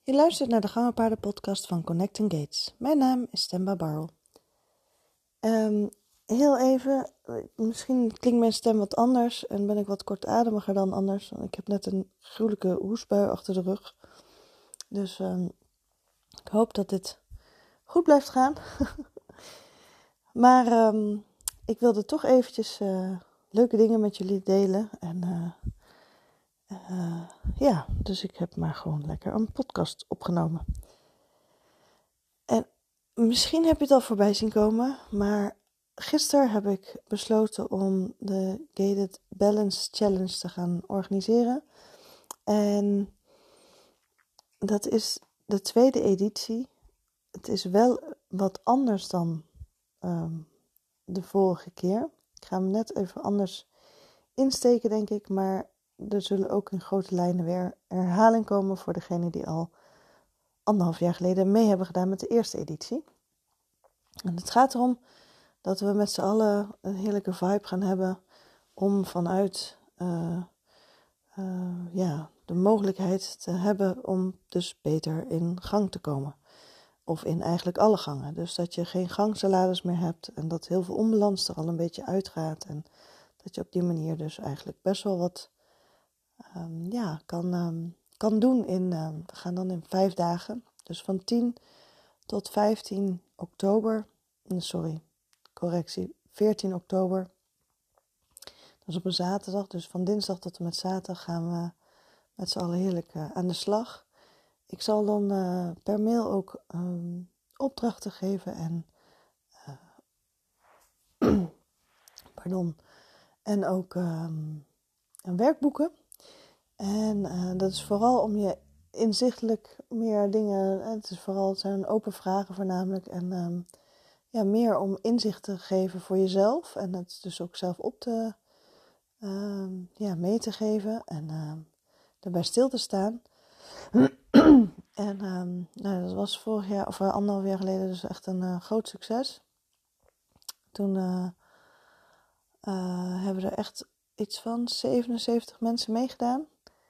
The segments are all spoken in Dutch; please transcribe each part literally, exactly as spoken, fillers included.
Je luistert naar de Gangenpaarden-podcast van Connecting Gates. Mijn naam is Stemba Barrel. Um, heel even, misschien klinkt mijn stem wat anders en ben ik wat kortademiger dan anders. Ik heb net een gruwelijke hoestbui achter de rug. Dus um, ik hoop dat dit goed blijft gaan. maar um, ik wilde toch eventjes uh, leuke dingen met jullie delen. En uh, uh, ja, dus ik heb maar gewoon lekker een podcast opgenomen. En misschien heb je het al voorbij zien komen, maar gisteren heb ik besloten om de Gated Balance Challenge te gaan organiseren. En dat is de tweede editie. Het is wel wat anders dan um, de vorige keer. Ik ga hem net even anders insteken, denk ik. Maar er zullen ook in grote lijnen weer herhaling komen voor degenen die al anderhalf jaar geleden mee hebben gedaan met de eerste editie. En het gaat erom dat we met z'n allen een heerlijke vibe gaan hebben om vanuit uh, uh, ja, de mogelijkheid te hebben om dus beter in gang te komen. Of in eigenlijk alle gangen. Dus dat je geen gangsalades meer hebt en dat heel veel onbalans er al een beetje uitgaat. En dat je op die manier dus eigenlijk best wel wat um, ja, kan, um, kan doen. In, uh, we gaan dan in vijf dagen. Dus van tien tot vijftien oktober. Sorry, correctie. veertien oktober. Dat is op een zaterdag. Dus van dinsdag tot en met zaterdag gaan we met z'n allen heerlijk uh, aan de slag. Ik zal dan uh, per mail ook um, opdrachten geven en uh, pardon, en ook um, werkboeken. En uh, dat is vooral om je inzichtelijk meer dingen, het is vooral, het zijn open vragen voornamelijk en um, ja, meer om inzicht te geven voor jezelf en het dus ook zelf op te, um, ja, mee te geven en uh, erbij stil te staan. En um, nou, dat was vorig jaar, of uh, anderhalf jaar geleden, dus echt een uh, groot succes. Toen uh, uh, hebben er echt iets van zevenenzeventig mensen meegedaan.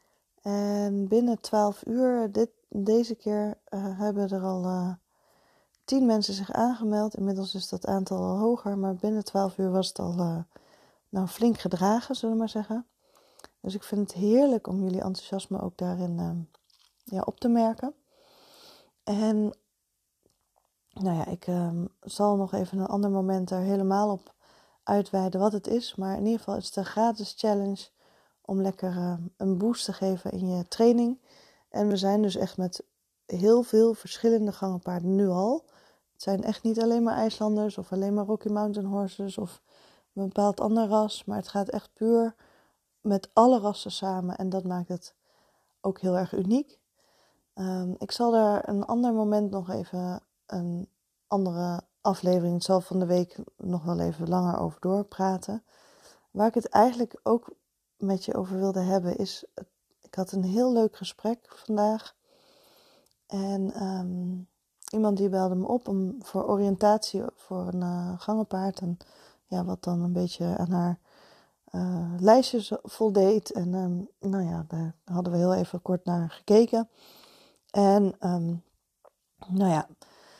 En binnen twaalf uur, dit, deze keer, uh, hebben er al uh, tien mensen zich aangemeld. Inmiddels is dat aantal al hoger, maar binnen twaalf uur was het al uh, nou, flink gedragen, zullen we maar zeggen. Dus ik vind het heerlijk om jullie enthousiasme ook daarin uh, ja, op te merken. En nou ja, ik um, zal nog even een ander moment daar helemaal op uitweiden wat het is. Maar in ieder geval is het een gratis challenge om lekker uh, een boost te geven in je training. En we zijn dus echt met heel veel verschillende gangenpaarden nu al. Het zijn echt niet alleen maar IJslanders of alleen maar Rocky Mountain Horses of een bepaald ander ras. Maar het gaat echt puur met alle rassen samen en dat maakt het ook heel erg uniek. Um, ik zal daar een ander moment nog even een andere aflevering, het zal van de week nog wel even langer over doorpraten. Waar ik het eigenlijk ook met je over wilde hebben is, ik had een heel leuk gesprek vandaag. En um, iemand die belde me op om voor oriëntatie voor een uh, gangenpaard. En ja, wat dan een beetje aan haar uh, lijstjes voldeed. En um, nou ja, daar hadden we heel even kort naar gekeken. En um, nou ja,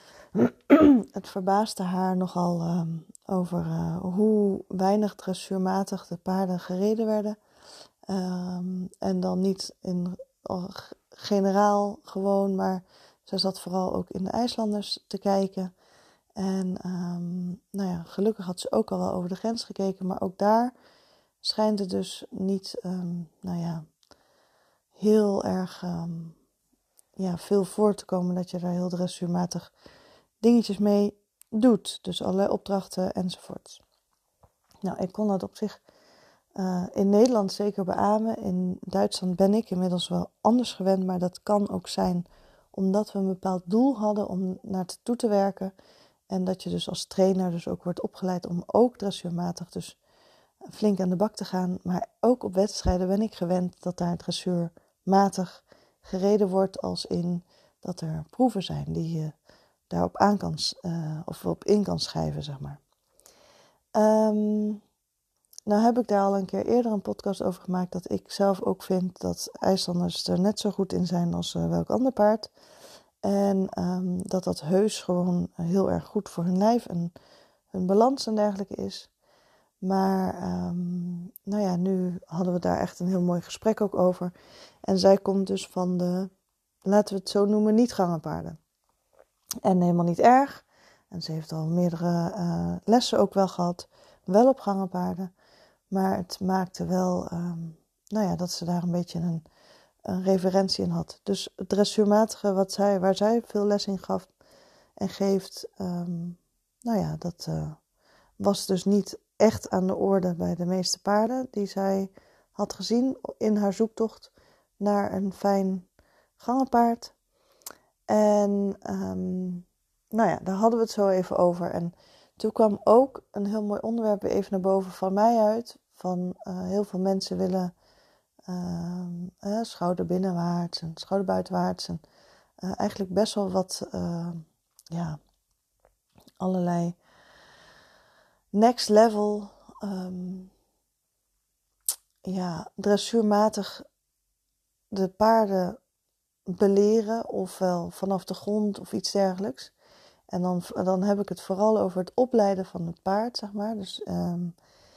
het verbaasde haar nogal um, over uh, hoe weinig dressuurmatig de paarden gereden werden. Um, en dan niet in uh, generaal gewoon, maar zij zat vooral ook in de IJslanders te kijken. En um, nou ja, gelukkig had ze ook al wel over de grens gekeken, maar ook daar schijnt het dus niet, um, nou ja, heel erg um, ja, veel voor te komen dat je daar heel dressuurmatig dingetjes mee doet. Dus allerlei opdrachten enzovoort. Nou, ik kon dat op zich uh, in Nederland zeker beamen. In Duitsland ben ik inmiddels wel anders gewend, maar dat kan ook zijn omdat we een bepaald doel hadden om naar toe te werken. En dat je dus als trainer dus ook wordt opgeleid om ook dressuurmatig dus flink aan de bak te gaan. Maar ook op wedstrijden ben ik gewend dat daar dressuurmatig gereden wordt, als in dat er proeven zijn die je daarop aan kan, uh, of op in kan schrijven, zeg maar. Um, nou heb ik daar al een keer eerder een podcast over gemaakt, dat ik zelf ook vind dat IJslanders er net zo goed in zijn als uh, welk ander paard. En um, dat dat heus gewoon heel erg goed voor hun lijf en hun balans en dergelijke is. Maar um, nou ja, nu hadden we daar echt een heel mooi gesprek ook over. En zij komt dus van de, laten we het zo noemen, niet-gangenpaarden. En helemaal niet erg. En ze heeft al meerdere uh, lessen ook wel gehad. Wel op gangenpaarden. Maar het maakte wel, um, nou ja, dat ze daar een beetje een, een referentie in had. Dus het dressuurmatige wat zij, waar zij veel les in gaf en geeft, um, nou ja, dat uh, was dus niet echt aan de orde bij de meeste paarden die zij had gezien in haar zoektocht naar een fijn gangenpaard. En um, nou ja, daar hadden we het zo even over. En toen kwam ook een heel mooi onderwerp weer even naar boven van mij uit. Van uh, heel veel mensen willen uh, uh, schouder binnenwaarts en schouder buitenwaarts. En uh, eigenlijk best wel wat, uh, ja, allerlei next level, um, ja, dressuurmatig de paarden beleren. Ofwel vanaf de grond of iets dergelijks. En dan, dan heb ik het vooral over het opleiden van het paard, zeg maar. Dus um,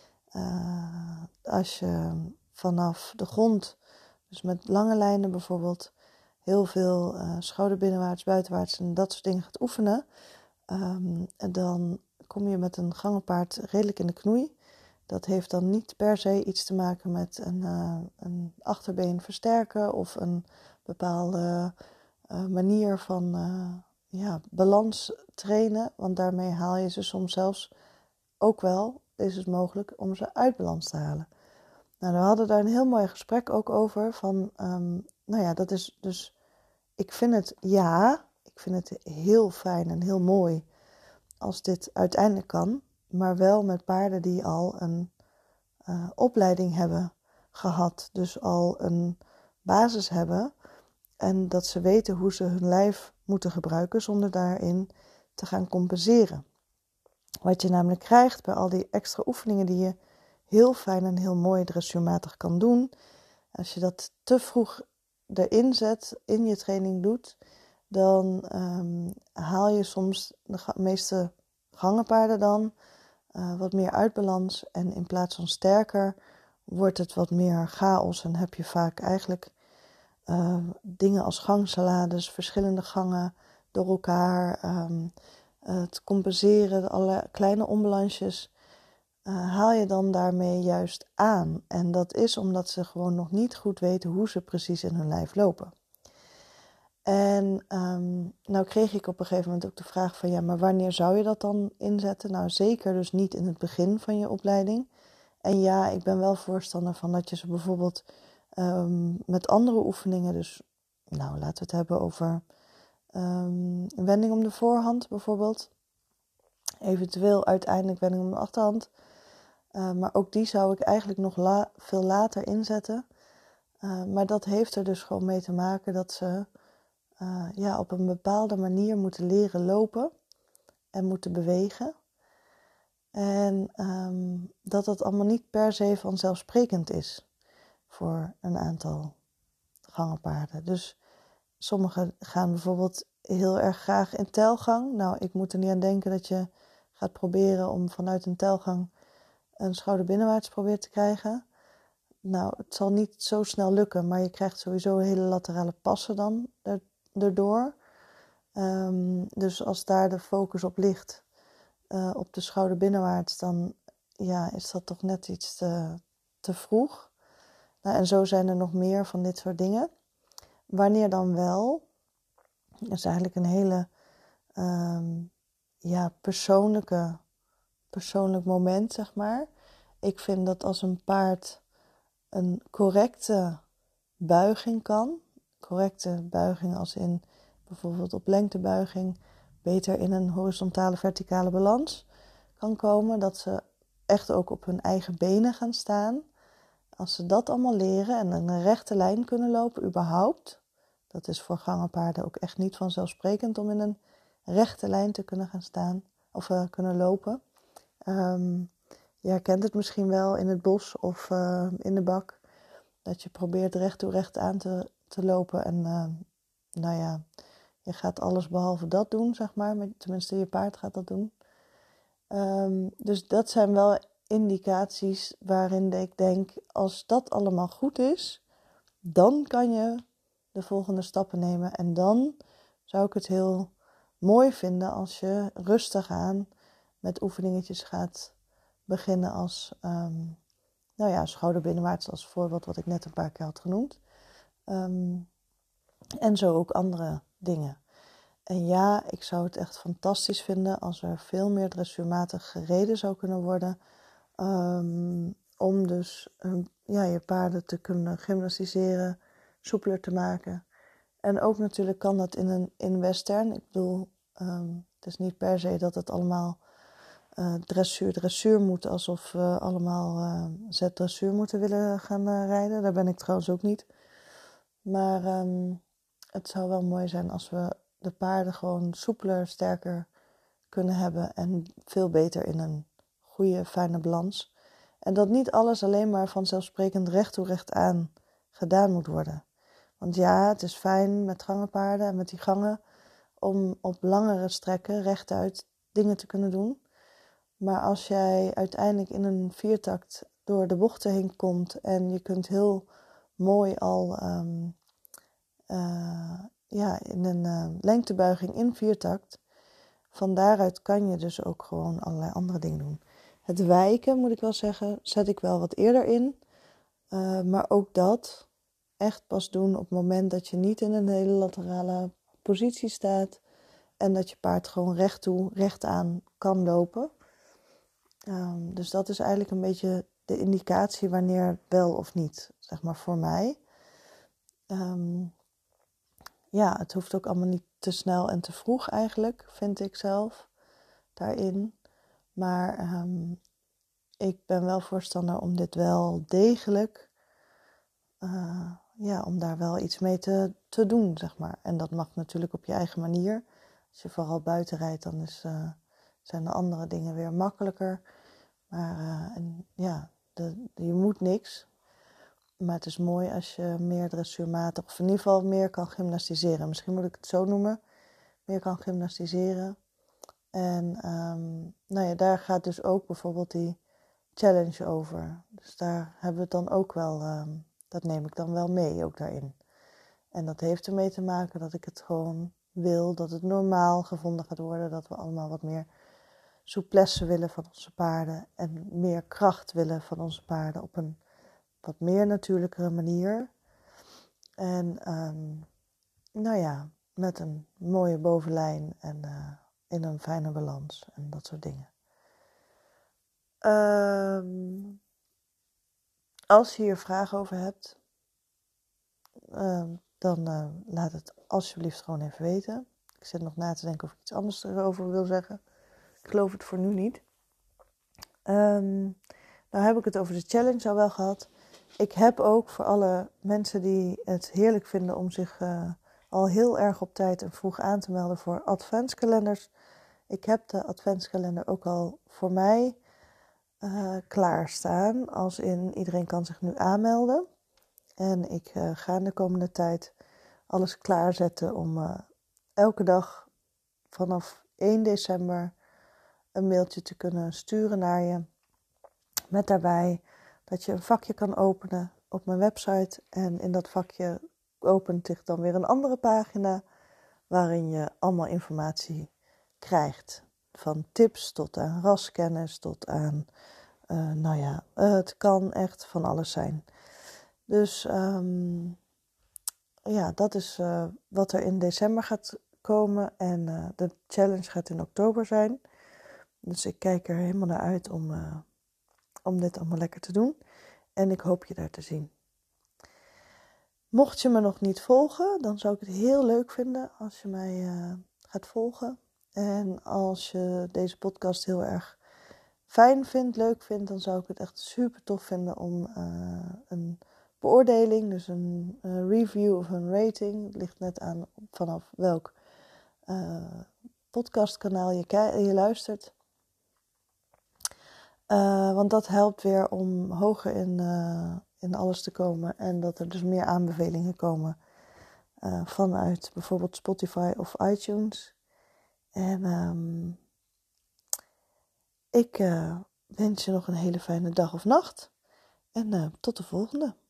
uh, als je vanaf de grond, dus met lange lijnen bijvoorbeeld, heel veel uh, schouderbinnenwaarts, buitenwaarts en dat soort dingen gaat oefenen, um, dan kom je met een gangenpaard redelijk in de knoei. Dat heeft dan niet per se iets te maken met een, uh, een achterbeen versterken of een bepaalde uh, manier van uh, ja, balans trainen. Want daarmee haal je ze soms zelfs ook wel, is het mogelijk, om ze uit balans te halen. Nou, we hadden daar een heel mooi gesprek ook over. Van, um, nou ja, dat is dus, ik vind het, ja, ik vind het heel fijn en heel mooi als dit uiteindelijk kan. Maar wel met paarden die al een uh, opleiding hebben gehad. Dus al een basis hebben. En dat ze weten hoe ze hun lijf moeten gebruiken zonder daarin te gaan compenseren. Wat je namelijk krijgt bij al die extra oefeningen die je heel fijn en heel mooi dressuurmatig kan doen. Als je dat te vroeg erin zet, in je training doet, dan um, haal je soms de ga- meeste gangenpaarden dan uh, wat meer uit balans. En in plaats van sterker wordt het wat meer chaos en heb je vaak eigenlijk uh, dingen als gangsalades, verschillende gangen door elkaar, um, het compenseren, alle kleine onbalansjes, uh, haal je dan daarmee juist aan. En dat is omdat ze gewoon nog niet goed weten hoe ze precies in hun lijf lopen. En um, nou kreeg ik op een gegeven moment ook de vraag van ja, maar wanneer zou je dat dan inzetten? Nou, zeker dus niet in het begin van je opleiding. En ja, ik ben wel voorstander van dat je ze bijvoorbeeld um, met andere oefeningen, dus nou, laten we het hebben over um, een wending om de voorhand bijvoorbeeld. Eventueel uiteindelijk wending om de achterhand. Uh, maar ook die zou ik eigenlijk nog la- veel later inzetten. Uh, maar dat heeft er dus gewoon mee te maken dat ze uh, ja, op een bepaalde manier moeten leren lopen en moeten bewegen. En um, dat dat allemaal niet per se vanzelfsprekend is voor een aantal gangenpaarden. Dus sommigen gaan bijvoorbeeld heel erg graag in telgang. Nou, ik moet er niet aan denken dat je gaat proberen om vanuit een telgang een schouder binnenwaarts probeert te krijgen. Nou, het zal niet zo snel lukken, maar je krijgt sowieso hele laterale passen dan erdoor. Um, dus als daar de focus op ligt, uh, op de schouder binnenwaarts, dan ja, is dat toch net iets te, te vroeg. Nou, en zo zijn er nog meer van dit soort dingen. Wanneer dan wel, is eigenlijk een hele um, ja, persoonlijke, persoonlijk moment, zeg maar. Ik vind dat als een paard een correcte buiging kan, correcte buiging als in bijvoorbeeld op lengtebuiging, beter in een horizontale verticale balans kan komen, dat ze echt ook op hun eigen benen gaan staan. Als ze dat allemaal leren en een rechte lijn kunnen lopen überhaupt, dat is voor gangenpaarden ook echt niet vanzelfsprekend om in een rechte lijn te kunnen gaan staan of uh, kunnen lopen. Um, je herkent het misschien wel in het bos of uh, in de bak. Dat je probeert recht toe recht aan te, te lopen. En uh, nou ja, je gaat alles behalve dat doen, zeg maar. Tenminste, je paard gaat dat doen. Um, dus dat zijn wel indicaties waarin ik denk, als dat allemaal goed is, dan kan je de volgende stappen nemen. En dan zou ik het heel mooi vinden als je rustig aan met oefeningetjes gaat beginnen als, um, nou ja, schouderbinnenwaarts als voorbeeld wat ik net een paar keer had genoemd. Um, en zo ook andere dingen. En ja, ik zou het echt fantastisch vinden als er veel meer dressuurmatig gereden zou kunnen worden. Um, om dus um, ja, je paarden te kunnen gymnastiseren, soepeler te maken. En ook natuurlijk kan dat in een in western. Ik bedoel, um, het is niet per se dat het allemaal uh, dressuur, dressuur moet. Alsof we allemaal uh, zet-dressuur moeten willen gaan uh, rijden. Daar ben ik trouwens ook niet. Maar um, het zou wel mooi zijn als we de paarden gewoon soepeler, sterker kunnen hebben. En veel beter in een goede, fijne balans. En dat niet alles alleen maar vanzelfsprekend recht toe recht aan gedaan moet worden. Want ja, het is fijn met gangenpaarden en met die gangen om op langere strekken rechtuit dingen te kunnen doen. Maar als jij uiteindelijk in een viertakt door de bochten heen komt en je kunt heel mooi al um, uh, ja, in een uh, lengtebuiging in viertakt, van daaruit kan je dus ook gewoon allerlei andere dingen doen. Het wijken, moet ik wel zeggen, zet ik wel wat eerder in. Uh, maar ook dat echt pas doen op het moment dat je niet in een hele laterale positie staat. En dat je paard gewoon recht toe, recht aan kan lopen. Um, dus dat is eigenlijk een beetje de indicatie wanneer wel of niet, zeg maar voor mij. Um, ja, het hoeft ook allemaal niet te snel en te vroeg eigenlijk, vind ik zelf, daarin. Maar um, ik ben wel voorstander om dit wel degelijk, uh, ja, om daar wel iets mee te, te doen, zeg maar. En dat mag natuurlijk op je eigen manier. Als je vooral buiten rijdt, dan is, uh, zijn de andere dingen weer makkelijker. Maar uh, en, ja, de, je moet niks. Maar het is mooi als je meer dressuurmatig, of in ieder geval meer kan gymnastiseren. Misschien moet ik het zo noemen. Meer kan gymnastiseren. En um, nou ja, daar gaat dus ook bijvoorbeeld die challenge over. Dus daar hebben we het dan ook wel, um, dat neem ik dan wel mee ook daarin. En dat heeft ermee te maken dat ik het gewoon wil, dat het normaal gevonden gaat worden. Dat we allemaal wat meer souplesse willen van onze paarden. En meer kracht willen van onze paarden op een wat meer natuurlijkere manier. En um, nou ja, met een mooie bovenlijn en uh, in een fijne balans en dat soort dingen. Um, als je hier vragen over hebt, um, dan uh, laat het alsjeblieft gewoon even weten. Ik zit nog na te denken of ik iets anders erover wil zeggen. Ik geloof het voor nu niet. Um, nou heb ik het over de challenge al wel gehad. Ik heb ook voor alle mensen die het heerlijk vinden om zich uh, al heel erg op tijd en vroeg aan te melden voor adventskalenders. Ik heb de adventskalender ook al voor mij uh, klaarstaan. Als in iedereen kan zich nu aanmelden. En ik uh, ga de komende tijd alles klaarzetten om uh, elke dag vanaf één december een mailtje te kunnen sturen naar je. Met daarbij dat je een vakje kan openen op mijn website. En in dat vakje opent zich dan weer een andere pagina waarin je allemaal informatie krijgt. Van tips tot aan raskennis tot aan, uh, nou ja, uh, het kan echt van alles zijn. Dus um, ja, dat is uh, wat er in december gaat komen. En uh, de challenge gaat in oktober zijn. Dus ik kijk er helemaal naar uit om, uh, om dit allemaal lekker te doen. En ik hoop je daar te zien. Mocht je me nog niet volgen, dan zou ik het heel leuk vinden als je mij uh, gaat volgen. En als je deze podcast heel erg fijn vindt, leuk vindt, dan zou ik het echt super tof vinden om uh, een beoordeling, dus een, een review of een rating. Het ligt net aan vanaf welk uh, podcastkanaal je, je luistert. Uh, want dat helpt weer om hoger in, uh, in alles te komen. En dat er dus meer aanbevelingen komen uh, vanuit bijvoorbeeld Spotify of iTunes. En um, ik uh, wens je nog een hele fijne dag of nacht. En uh, tot de volgende.